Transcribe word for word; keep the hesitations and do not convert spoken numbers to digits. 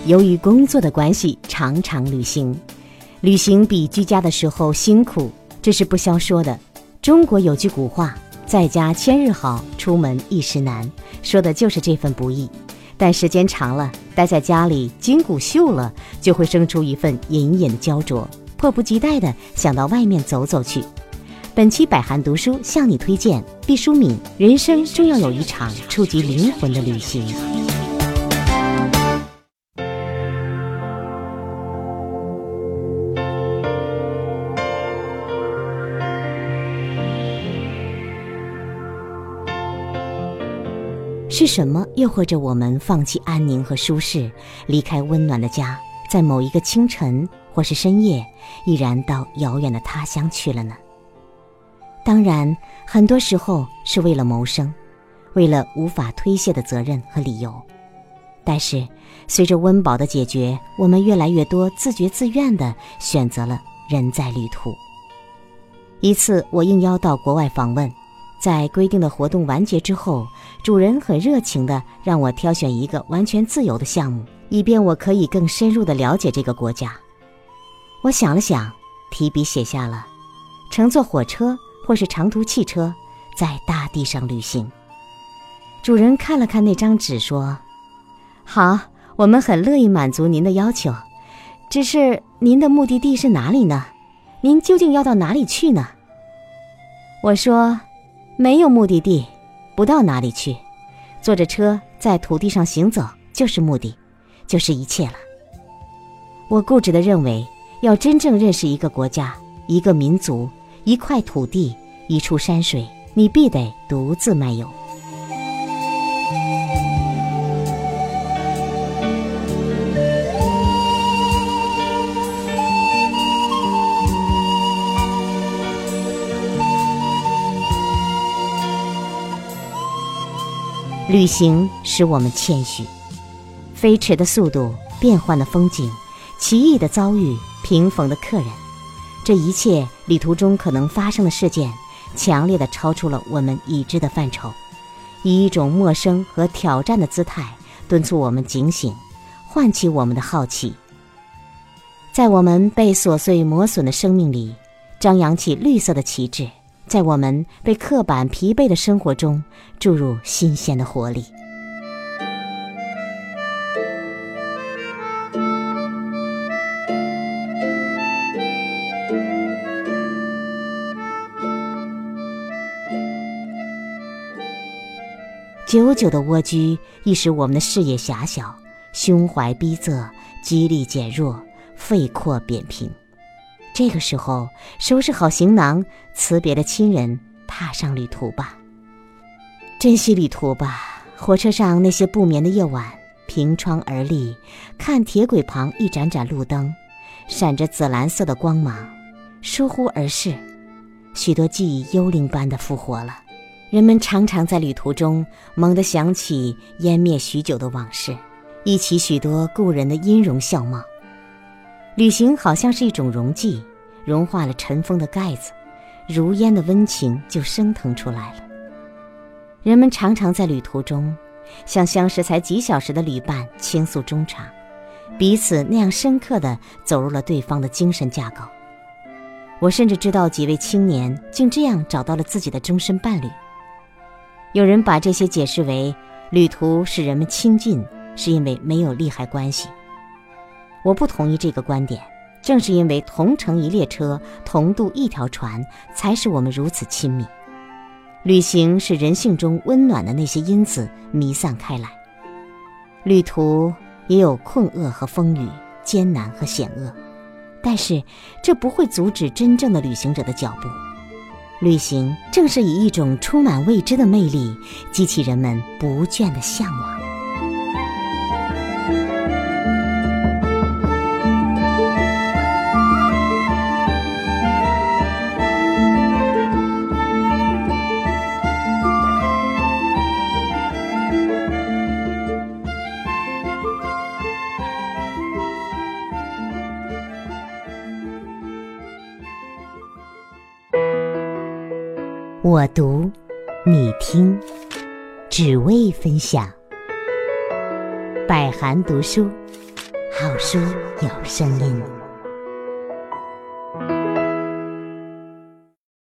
由于工作的关系，常常旅行。旅行比居家的时候辛苦，这是不消说的。中国有句古话，在家千日好，出门一时难，说的就是这份不易。但时间长了，待在家里筋骨锈了，就会生出一份隐隐的焦灼，迫不及待地想到外面走走去。本期百涵读书向你推荐毕淑敏，人生终要有一场触及灵魂的旅行。是什么诱惑着我们放弃安宁和舒适，离开温暖的家，在某一个清晨或是深夜，毅然到遥远的他乡去了呢？当然，很多时候是为了谋生，为了无法推卸的责任和理由。但是，随着温饱的解决，我们越来越多自觉自愿地选择了人在旅途。一次，我应邀到国外访问，在规定的活动完结之后，主人很热情地让我挑选一个完全自由的项目，以便我可以更深入地了解这个国家。我想了想，提笔写下了乘坐火车或是长途汽车在大地上旅行。主人看了看那张纸说，好，我们很乐意满足您的要求，只是您的目的地是哪里呢？您究竟要到哪里去呢？我说，没有目的地，不到哪里去，坐着车在土地上行走就是目的，就是一切了。我固执地认为，要真正认识一个国家、一个民族、一块土地、一处山水，你必得独自漫游。旅行使我们谦虚，飞驰的速度，变幻的风景，奇异的遭遇，平逢的客人，这一切旅途中可能发生的事件，强烈地超出了我们已知的范畴，以一种陌生和挑战的姿态，敦促我们警醒，唤起我们的好奇。在我们被琐碎磨损的生命里，张扬起绿色的旗帜，在我们被刻板疲惫的生活中注入新鲜的活力。久久的蜗居亦使我们的视野狭小，胸怀逼仄，肌力减弱，肺廓扁平。这个时候，收拾好行囊，辞别了亲人，踏上旅途吧。珍惜旅途吧，火车上那些不眠的夜晚，凭窗而立，看铁轨旁一盏盏路灯，闪着紫蓝色的光芒，疏忽而逝，许多记忆幽灵般的复活了。人们常常在旅途中猛地想起湮灭许久的往事，忆起许多故人的音容笑貌。旅行好像是一种溶剂，融化了尘封的盖子，如烟的温情就升腾出来了。人们常常在旅途中向相识才几小时的旅伴倾诉衷肠，彼此那样深刻地走入了对方的精神架构。我甚至知道几位青年竟这样找到了自己的终身伴侣。有人把这些解释为旅途使人们亲近，是因为没有利害关系。我不同意这个观点，正是因为同乘一列车，同渡一条船，才使我们如此亲密。旅行使人性中温暖的那些因子弥散开来。旅途也有困厄和风雨，艰难和险恶，但是这不会阻止真正的旅行者的脚步。旅行正是以一种充满未知的魅力，激起人们不倦的向往。我读，你听，只为分享。百涵读书， 好书有声音。